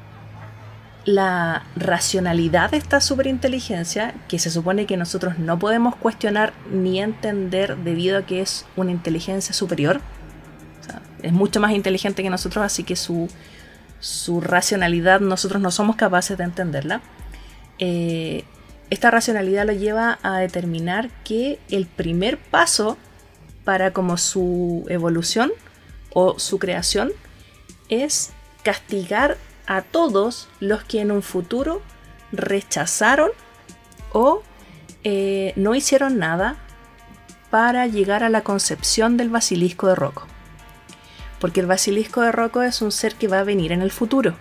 La racionalidad de esta superinteligencia, que se supone que nosotros no podemos cuestionar ni entender debido a que es una inteligencia superior, o sea, es mucho más inteligente que nosotros, así que su, su racionalidad nosotros no somos capaces de entenderla. Eh, esta racionalidad lo lleva a determinar que el primer paso para como su evolución o su creación es castigar a todos los que en un futuro rechazaron o eh, no hicieron nada para llegar a la concepción del basilisco de Rocco. Porque el basilisco de Rocco es un ser que va a venir en el futuro.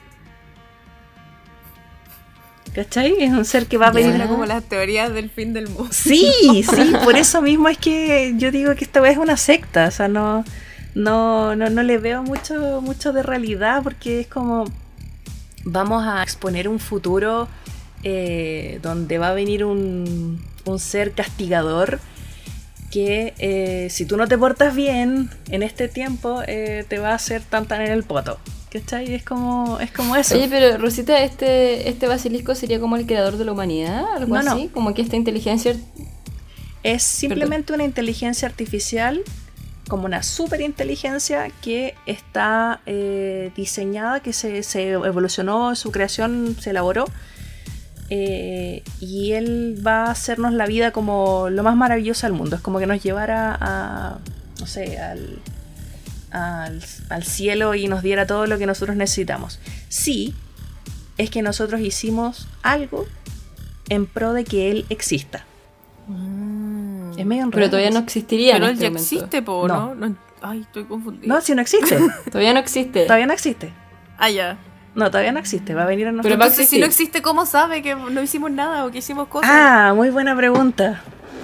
¿Cachai? Es un ser que va a venir. Suena como las teorías del fin del mundo. Sí, sí, por eso mismo es que yo digo que esta vez es una secta. O sea, no, no, no, no le veo mucho, mucho de realidad, porque es como vamos a exponer un futuro eh, donde va a venir un, un ser castigador que eh, si tú no te portas bien en este tiempo eh, te va a hacer tan tan en el poto. ¿Cachai? Es como, es como eso. Oye, pero Rosita, ¿este, este basilisco sería como el creador de la humanidad? ¿Algo No, no. así? Como que esta inteligencia... Es simplemente una inteligencia artificial, como una superinteligencia que está eh, diseñada, que se, se evolucionó, su creación se elaboró, eh, y él va a hacernos la vida como lo más maravillosa del mundo. Es como que nos llevara a, no sé, al, al, al cielo y nos diera todo lo que nosotros necesitamos. Sí, es que nosotros hicimos algo en pro de que él exista. Mm. Es medio enredado. Pero todavía no existiría Pero en él este ya momento. existe, po, No. ¿no? no Ay, estoy confundida. No, si no existe. Todavía no existe. Todavía no existe. Ah, ya. No, todavía no existe. Va a venir a Pero nosotros. va a Entonces, si existir. no existe, ¿cómo sabe que no hicimos nada o que hicimos cosas? Ah, muy buena pregunta.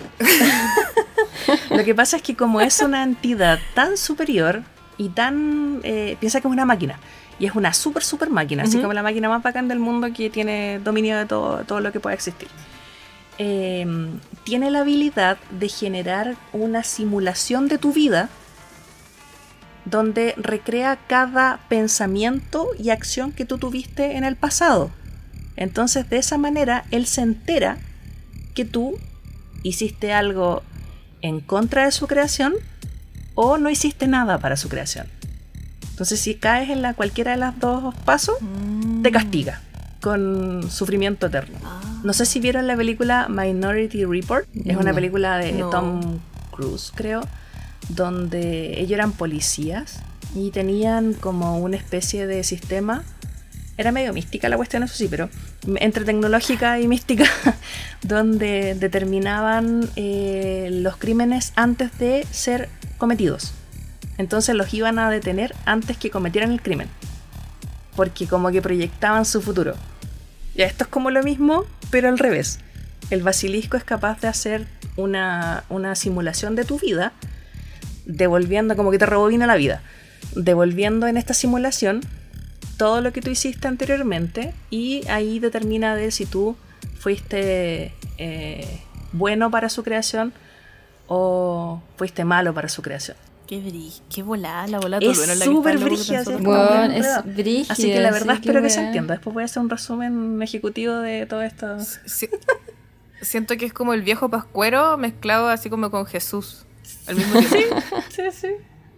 Lo que pasa es que como es una entidad tan superior y tan... Eh, piensa que es una máquina. Y es una super, super máquina. Así Ujú. como la máquina más bacán del mundo que tiene dominio de todo, todo lo que pueda existir. Eh, tiene la habilidad de generar una simulación de tu vida donde recrea cada pensamiento y acción que tú tuviste en el pasado. Entonces, de esa manera, él se entera que tú hiciste algo en contra de su creación o no hiciste nada para su creación. Entonces, si caes en la, cualquiera de los dos pasos, Mm. te castiga con sufrimiento eterno. Ah. No sé si vieron la película Minority Report. Es una No. película de No. Tom Cruise, creo, donde ellos eran policías y tenían como una especie de sistema. Era medio mística la cuestión, eso sí, pero entre tecnológica y mística, donde determinaban eh, los crímenes antes de ser cometidos. Entonces los iban a detener antes que cometieran el crimen, porque como que proyectaban su futuro. Y esto es como lo mismo, pero al revés. El basilisco es capaz de hacer una, una simulación de tu vida, devolviendo, como que te rebobina la vida, devolviendo en esta simulación todo lo que tú hiciste anteriormente, y ahí determina de si tú fuiste eh, bueno para su creación o fuiste malo para su creación. Qué brí, qué volada, la volada Es tolueno en la que súper está loco brígida, pensando. ¿cierto? Bueno, Como bien es enredado. brígida. Así que la verdad sí, espero qué que se wea. entienda. Después voy a hacer un resumen ejecutivo de todo esto. Si- siento que es como el viejo pascuero mezclado así como con Jesús. Al mismo tiempo. Sí, sí.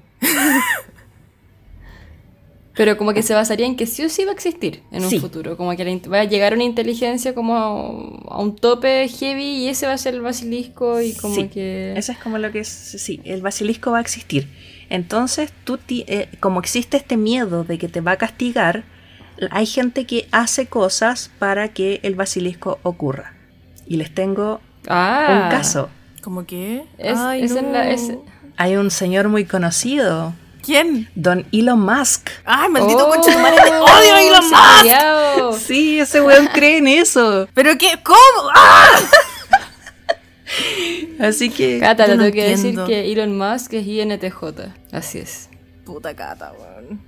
Pero como que se basaría en que sí o sí va a existir en un Sí. futuro. Como que la int- va a llegar una inteligencia como a, a un tope heavy y ese va a ser el basilisco y como Sí, que... eso es como lo que es. Sí, el basilisco va a existir. Entonces, tú ti- eh, como existe este miedo de que te va a castigar, hay gente que hace cosas para que el basilisco ocurra. Y les tengo Ah, un caso. ¿Cómo que? Es, Ay, es no. en la... es- Hay un señor muy conocido, ¿Quién? Don Elon Musk. Ay, maldito ¡Oh! concha de madre, te odio a Elon ese Musk. culiao! Sí, ese weón cree en eso. ¿Pero qué? ¿Cómo? ¡Ah! Así que... Cata, Yo le no tengo que decir entiendo. que Elon Musk es I N T J. Así es. Puta cata, weón.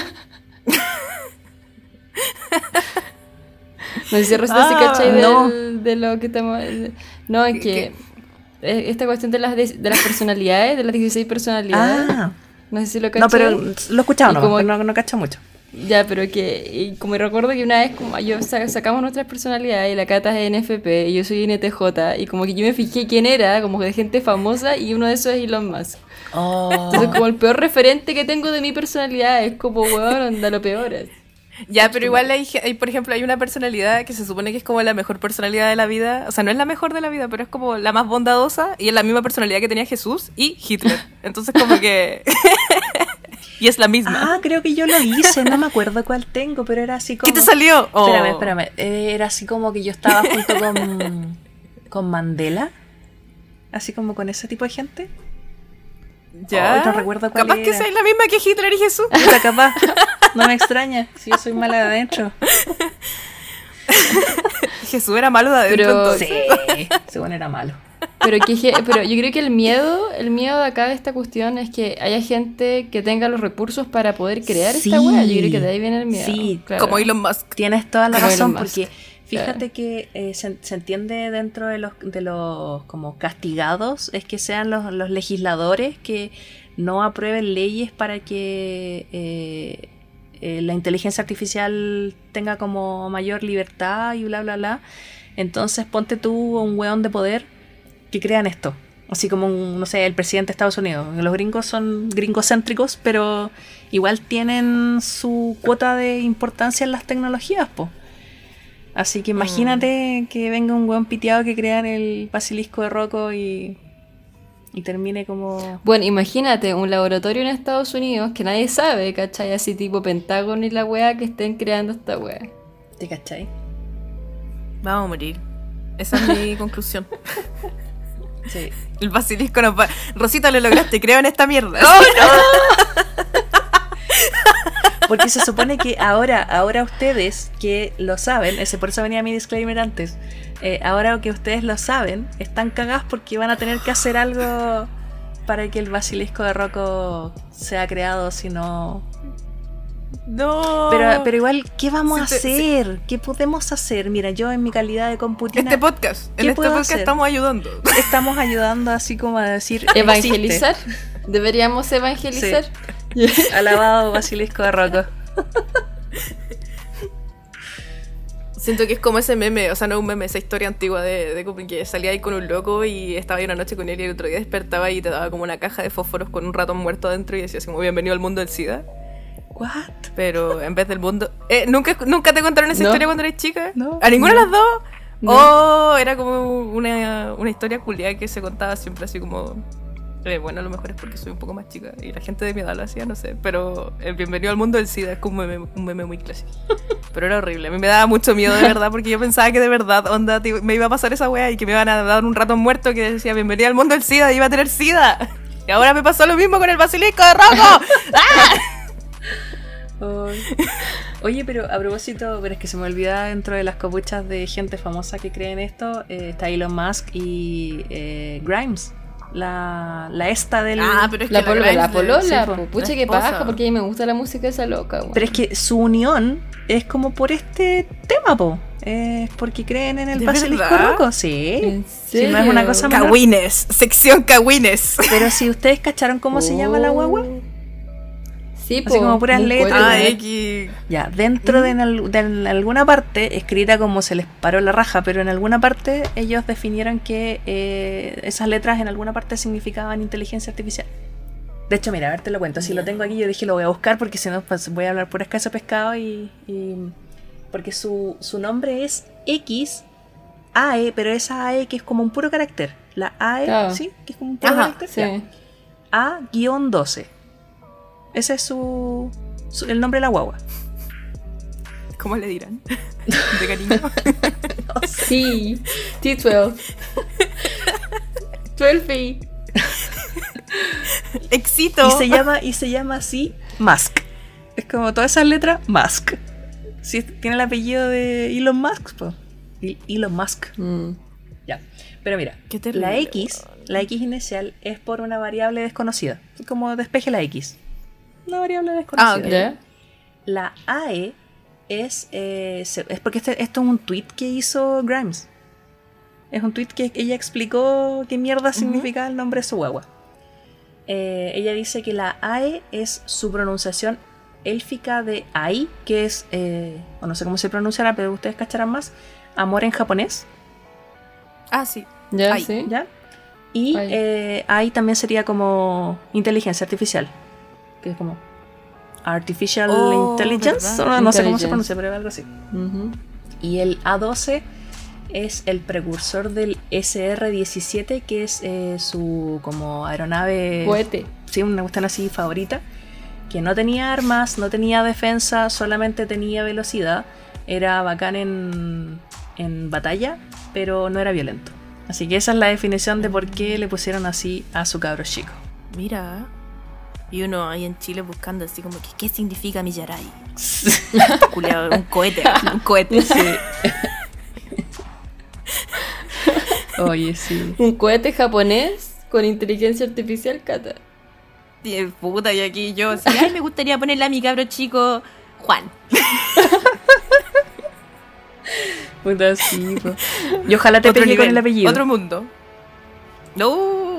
No sé si Rosita Ah, se cachai del- no. de lo que estamos... No, es que... eh, Esta cuestión de las, de, de las personalidades, de las dieciséis personalidades. Ah, No sé si lo cachai. no, pero lo he escuchado Y nomás, como- pero no, no cacho mucho. Ya, pero que, y como recuerdo que una vez como yo sa- sacamos nuestras personalidades y la Cata es N F P y yo soy N T J y como que yo me fijé quién era, como de gente famosa y uno de esos es Elon Musk. Oh. Entonces como el peor referente que tengo de mi personalidad es como, weón, anda lo peor. Ya, pero igual hay, ge- hay, por ejemplo, hay una personalidad que se supone que es como la mejor personalidad de la vida. O sea, no es la mejor de la vida, pero es como la más bondadosa y es la misma personalidad que tenía Jesús y Hitler. Entonces como que... y es la misma. Ah, creo que yo lo hice, no me acuerdo cuál tengo, pero era así como... ¿Qué te salió? Oh. Espérame, espérame. Eh, Era así como que yo estaba junto con, con Mandela. Así como con ese tipo de gente. Ya. Oh, no recuerdo cuál Capaz era. que sea la misma que Hitler y Jesús. Puta, capaz. No me extraña. Si yo soy mala de adentro. Jesús era malo de adentro. Pero- entonces. Sí. Según era malo. Pero, que, je- pero yo creo que el miedo, el miedo de acá de esta cuestión es que haya gente que tenga los recursos para poder crear Sí. esta wea. Yo creo que de ahí viene el miedo. Sí, claro. Como Elon Musk. Tienes toda la Como razón, Elon Musk. porque fíjate Claro. que eh, se, se entiende dentro de los, de los como castigados, es que sean los, los legisladores que no aprueben leyes para que eh, eh, la inteligencia artificial tenga como mayor libertad y bla, bla, bla. Entonces ponte tú un weón de poder que crean esto. Así como, un, no sé, el presidente de Estados Unidos. Los gringos son gringocéntricos, pero igual tienen su cuota de importancia en las tecnologías, po. Así que imagínate que venga un weón piteado que crean el basilisco de Rocco y, y termine como... Bueno, imagínate un laboratorio en Estados Unidos que nadie sabe, ¿cachai? Así tipo Pentágono y la wea que estén creando esta wea. ¿Te cachai? Vamos a morir. Esa es mi conclusión. Sí. El basilisco nos va... Rosita, lo lograste, creo en esta mierda. Porque se supone que ahora, ahora ustedes que lo saben, ese por eso venía mi disclaimer antes, eh, ahora que ustedes lo saben, están cagadas porque van a tener que hacer algo para que el basilisco de Rocco sea creado, si no... No. Pero, pero igual, ¿qué vamos Sí, a te- sí. hacer? ¿Qué podemos hacer? Mira, yo en mi calidad de computina Este podcast. En ¿Qué este puedo podcast hacer? estamos ayudando. estamos ayudando así como a decir... ¿Evangelizar? Deberíamos evangelizar. existe. Alabado basilisco de Rocco. Siento que es como ese meme, o sea, no un meme, esa historia antigua de, de como que salía ahí con un loco y estaba ahí una noche con él y el otro día despertaba y te daba como una caja de fósforos con un ratón muerto adentro y decía así como bienvenido al mundo del SIDA. What? Pero en vez del mundo... Eh, ¿nunca, ¿Nunca te contaron esa No. historia cuando eres chica? No. ¿A ninguna de las dos? No. Oh, era como una, una historia culiada que se contaba siempre así como... eh, bueno, a lo mejor es porque soy un poco más chica y la gente de mi edad lo hacía, no sé. Pero el bienvenido al mundo del SIDA es como un meme, un meme muy clásico. Pero era horrible. A mí me daba mucho miedo de verdad porque yo pensaba que de verdad onda, tío, me iba a pasar esa wea y que me iban a dar un ratón muerto que decía bienvenido al mundo del SIDA y iba a tener SIDA. Y ahora me pasó lo mismo con el basilisco de Rocco. ¡Ah! Ay. Oye, pero a propósito, pero es que se me olvidaba dentro de las copuchas de gente famosa que creen esto, eh, está Elon Musk y eh, Grimes, la, la esta del... Ah, pero es que La, polo- la Grimes de- polola, sí, po. po. Pucha La que esposa. paja, porque a mí me gusta la música de esa loca, weón. Pero es que su unión es como por este tema, po. Es porque creen en el ¿De basilisco verdad? roco, sí. ¿En Si no es una cosa serio? menor. Cagüines, sección Cagüines. Pero si ustedes cacharon cómo se llama la guagua, Sí, Así po, como puras un letras. cuero, Ah, weón. X. ya, dentro de, en al- de en alguna parte, escrita como se les paró la raja, pero en alguna parte ellos definieron que eh, esas letras en alguna parte significaban inteligencia artificial. De hecho, mira, a ver, te lo cuento. Si lo tengo aquí, yo dije lo voy a buscar porque si no, pues voy a hablar por escaso pescado y... y- porque su, su nombre es X A E, pero esa A E que es como un puro carácter. La A E, Claro. ¿sí? Que es como un puro Ajá, carácter. Sí. Ya. A doce. Ese es su, su- el nombre de la guagua. ¿Cómo le dirán? De cariño. Sí. T doce. doce. Éxito. Y se llama, y se llama así Musk. Es como todas esas letras, Musk. Sí, tiene el apellido de Elon Musk, pues. Elon Musk. Mm. Ya. Pero mira, Qué terrible, la X, la X inicial es por una variable desconocida. Como despeje la X. Una variable desconocida. Ah, ok. ¿Ya? La A E es, eh, se- es porque este- esto es un tweet que hizo Grimes. Es un tweet que ella explicó qué mierda significaba el nombre de su guagua. Eh, ella dice que la A E es su pronunciación élfica de Ai, que es, eh, o no sé cómo se pronunciará, pero ustedes cacharán más, amor en japonés, Ah, sí. ¿Ya? Ay, Sí. ¿ya? Y Ai. eh, Ai también sería como inteligencia artificial, que es como Artificial Oh, Intelligence, ¿verdad? no, no sé cómo se Intelligence. pronuncia, pero algo así. Ujú. Y el A doce es el precursor del S R diecisiete, que es eh, su como aeronave, Cohete. sí, una cuestión así favorita, que no tenía armas, no tenía defensa, solamente tenía velocidad, era bacán en, en batalla, pero no era violento. Así que esa es la definición de por qué le pusieron así a su cabro chico. Mira. Y uno ahí en Chile buscando así como que, ¿qué significa Millaray? Culeado, un cohete, un cohete. Sí. Oye, sí. Un cohete japonés con inteligencia artificial, Cata. Y, puta, y aquí yo así, ay, me gustaría ponerle a mi cabro chico Juan. Puta, sí, po. Y ojalá te Otro pegue con nivel, el apellido. otro mundo. No.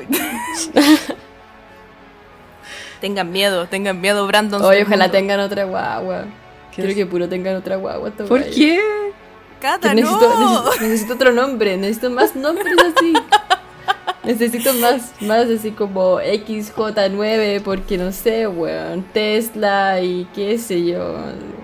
Tengan miedo, tengan miedo, Brandon. Oye, del ojalá mundo. tengan otra guagua. ¿Qué Quiero es? que puro tengan otra guagua. esta ¿Por guaya. qué? Cata, Que necesito, no. necesito, necesito otro nombre, necesito más nombres así. Necesito más, más así como X J nueve, porque no sé, weón, Tesla y qué sé yo.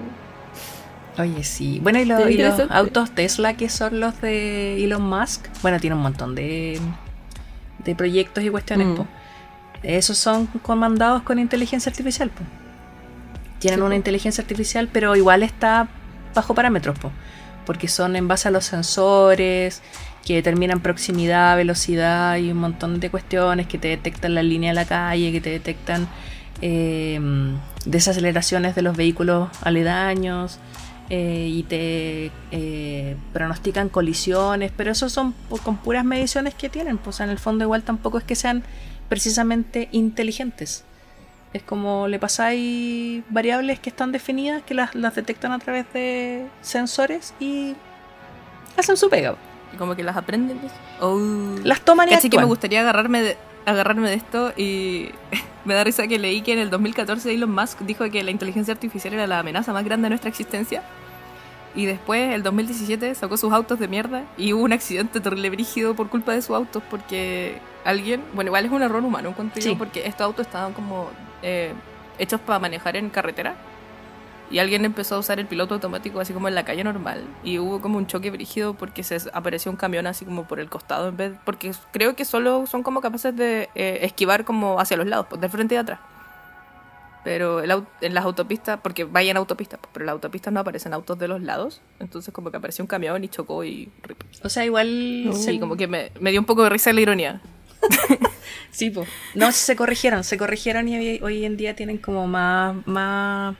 Oye, sí. Bueno, y, lo- Está y los interesante. autos Tesla, que son los de Elon Musk, bueno, tiene un montón de, de proyectos y cuestiones, Mm. po. Esos son comandados con inteligencia artificial, po. Tienen Sí, una po. inteligencia artificial, pero igual está bajo parámetros, po. Porque son en base a los sensores que determinan proximidad, velocidad y un montón de cuestiones que te detectan la línea de la calle, que te detectan eh, desaceleraciones de los vehículos aledaños eh, y te eh, pronostican colisiones, pero eso son pu- con puras mediciones que tienen, pues en el fondo igual tampoco es que sean precisamente inteligentes. Es como le pasáis variables que están definidas, que las, las detectan a través de sensores y hacen su pega. Y como que las aprenden. Oh. Las toman y Caché que me actúan. gustaría agarrarme de, agarrarme de esto y me da risa que leí que en el dos mil catorce Elon Musk dijo que la inteligencia artificial era la amenaza más grande de nuestra existencia. Y después, el dos mil diecisiete, sacó sus autos de mierda y hubo un accidente terrible brígido por culpa de sus autos porque alguien, bueno, igual es un error humano, encuentro Sí. yo, porque estos autos estaban como eh, hechos para manejar en carretera y alguien empezó a usar el piloto automático así como en la calle normal y hubo como un choque brígido porque se apareció un camión así como por el costado en vez, porque creo que solo son como capaces de eh, esquivar como hacia los lados, pues, de frente y de atrás. Pero el au- en las autopistas, porque vayan autopistas, pues, pero en las autopistas no aparecen autos de los lados. Entonces como que apareció un camión y chocó y... rip. O sea, igual... No. Sí, se- como que me, me dio un poco de risa la ironía. Sí, po. No, se corrigieron, se corrigieron y hoy, hoy en día tienen como más, más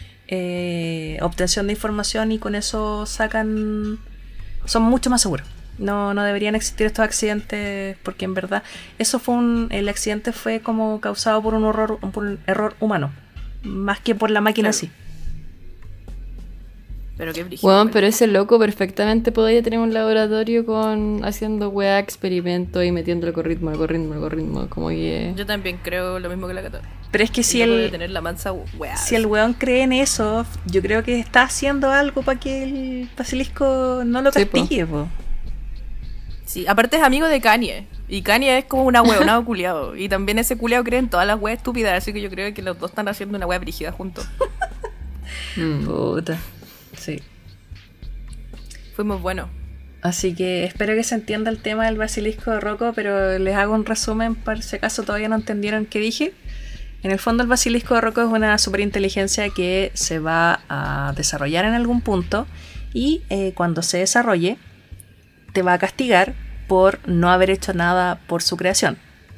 eh, obtención de información y con eso sacan... Son mucho más seguros. No, no deberían existir estos accidentes porque en verdad eso fue un... El accidente fue como causado por un error, por un error humano. Más que por la máquina Claro. así. Pero qué brígido. Weón, igual. pero ese loco perfectamente podría tener un laboratorio con haciendo weá experimentos y metiendo algoritmo, algoritmo, algoritmo, como que... Yo también creo lo mismo que la Cata. Pero es que si Yo podría el, tener la mansa weá. si el weón cree en eso, yo creo que está haciendo algo para que el basilisco no lo Sí, po. castigue, po. Sí, aparte es amigo de Kanye. Y Kanye es como una huevonado culiado. Y también ese culiado cree en todas las weas estúpidas. Así que yo creo que los dos están haciendo una wea brígida juntos. Mm. Puta. Sí. Fuimos buenos. Así que espero que se entienda el tema del basilisco de Rocco, pero les hago un resumen por si acaso todavía no entendieron qué dije. En el fondo el basilisco de Rocco es una superinteligencia que se va a desarrollar en algún punto y eh, cuando se desarrolle te va a castigar por no haber hecho nada por su creación.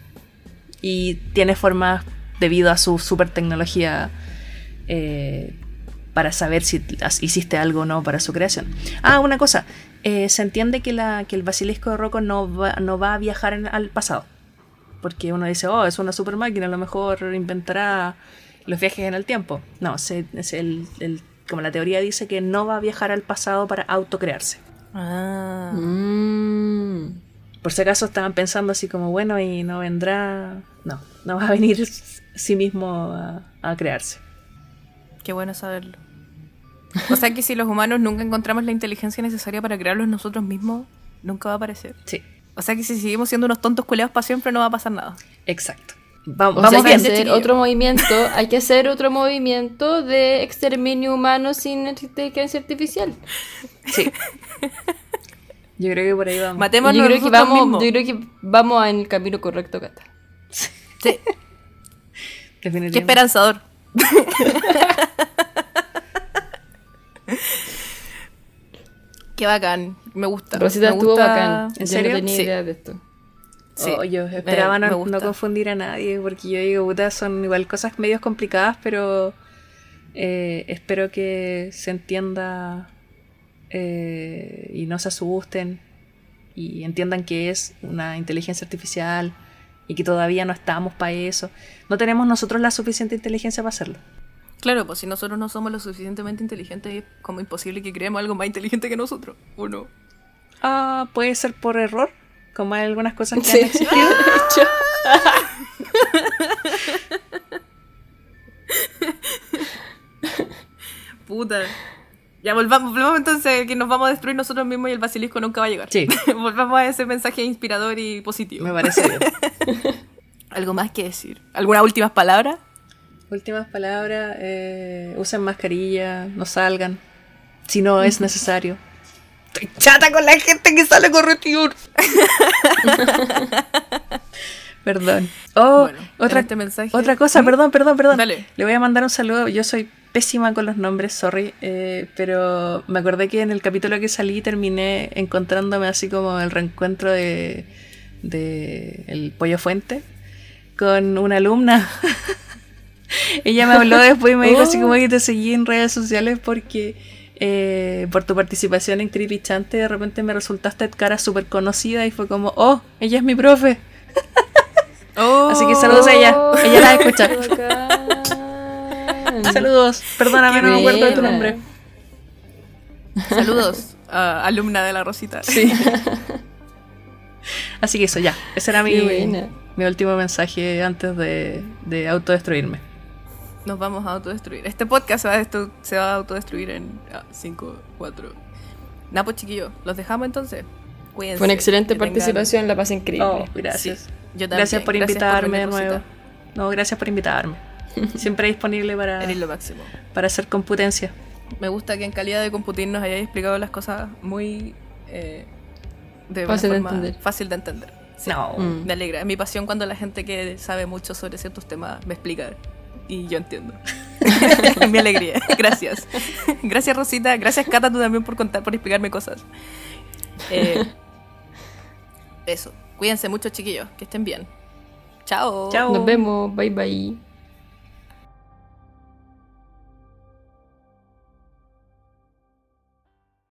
Y tiene formas debido a su super tecnología eh, para saber si has- hiciste algo o no para su creación. Ah, una cosa. Eh, se entiende que, la, que el basilisco de Rocco no va, no va a viajar en- al pasado. Porque uno dice, oh, es una super máquina, a lo mejor inventará los viajes en el tiempo. No, se, es el, el- como la teoría dice que no va a viajar al pasado para autocrearse. Ah. Mm. Por si acaso estaban pensando así como, bueno, y no vendrá... No, no va a venir sí mismo a, a crearse. Qué bueno saberlo. O sea que si los humanos nunca encontramos la inteligencia necesaria para crearlos nosotros mismos, nunca va a aparecer. Sí, O sea que si seguimos siendo unos tontos culeados para siempre, no va a pasar nada. exacto. Va- O sea, vamos hay que bien. de hacer chiquillo. otro movimiento, hay que hacer otro movimiento de exterminio humano sin inteligencia artificial. Sí. Yo creo que por ahí vamos. Matémonos Yo creo que nosotros vamos, mismos. yo creo que vamos en el camino correcto, Cata. Sí. Definitivamente. Qué esperanzador. Qué bacán. Me gusta. Rosita me estuvo gusta- bacán. ¿En Yo serio? no tenía Sí. idea de esto. Sí, Oh, yo esperaba me- me no, gusta. no confundir a nadie, porque yo digo, puta, son igual cosas medio complicadas, pero eh, espero que se entienda eh, y no se asusten y entiendan que es una inteligencia artificial y que todavía no estamos para eso. No tenemos nosotros la suficiente inteligencia para hacerlo. Claro, pues si nosotros no somos lo suficientemente inteligentes, es como imposible que creemos algo más inteligente que nosotros, ¿o no? Ah, puede ser por error, como hay algunas cosas que Sí. han existido. Puta. Ya volvamos, volvamos entonces, que nos vamos a destruir nosotros mismos y el basilisco nunca va a llegar. Sí. Volvamos a ese mensaje inspirador y positivo. Me parece bien. ¿Algo más que decir? ¿Algunas últimas palabras? Últimas palabras, eh, usen mascarilla, no salgan, si no es necesario. Estoy chata con la gente que sale a corretir. Perdón. Oh, Bueno, otra, en este mensaje- otra cosa, perdón, perdón, perdón. Dale. Le voy a mandar un saludo. Yo soy pésima con los nombres, sorry, eh, pero me acordé que en el capítulo que salí terminé encontrándome así como el reencuentro de, de el Pollo Fuente con una alumna. Ella me habló después y me dijo así como que te seguí en redes sociales porque eh, por tu participación en Creepy Chante de repente me resultaste cara súper conocida y fue como, oh, ella es mi profe. Oh, Así que saludos a ella, ella la escucha. Qué bacán. Saludos, perdóname, Qué no me acuerdo de tu buena. nombre. Saludos a alumna de la Rosita. Sí. Así que eso, ya. Ese era mi, Qué buena. mi último mensaje antes de, de autodestruirme. Nos vamos a autodestruir. Este podcast se va a, destu- se va a autodestruir en cinco, cuatro. Napo, chiquillos, ¿los dejamos entonces? Cuídense. Fue una excelente que tengan- participación, la pasé increíble. Oh, gracias. Sí, yo también. Gracias por invitarme de venir, nuevo. Rosita. No, gracias por invitarme. Siempre disponible para, Eres lo máximo. para hacer competencia. Me gusta que en calidad de computir nos hayáis explicado las cosas muy... eh, de una Fácil de forma entender. Fácil de entender. Sí. No. Mm. Me alegra. Es mi pasión cuando la gente que sabe mucho sobre ciertos temas me explica y yo entiendo. Mi alegría. Gracias. Gracias, Rosita. Gracias, Cata, tú también por contar, por explicarme cosas. Eh, eso. Cuídense mucho, chiquillos. Que estén bien. Chao. Chao. Nos vemos, bye bye.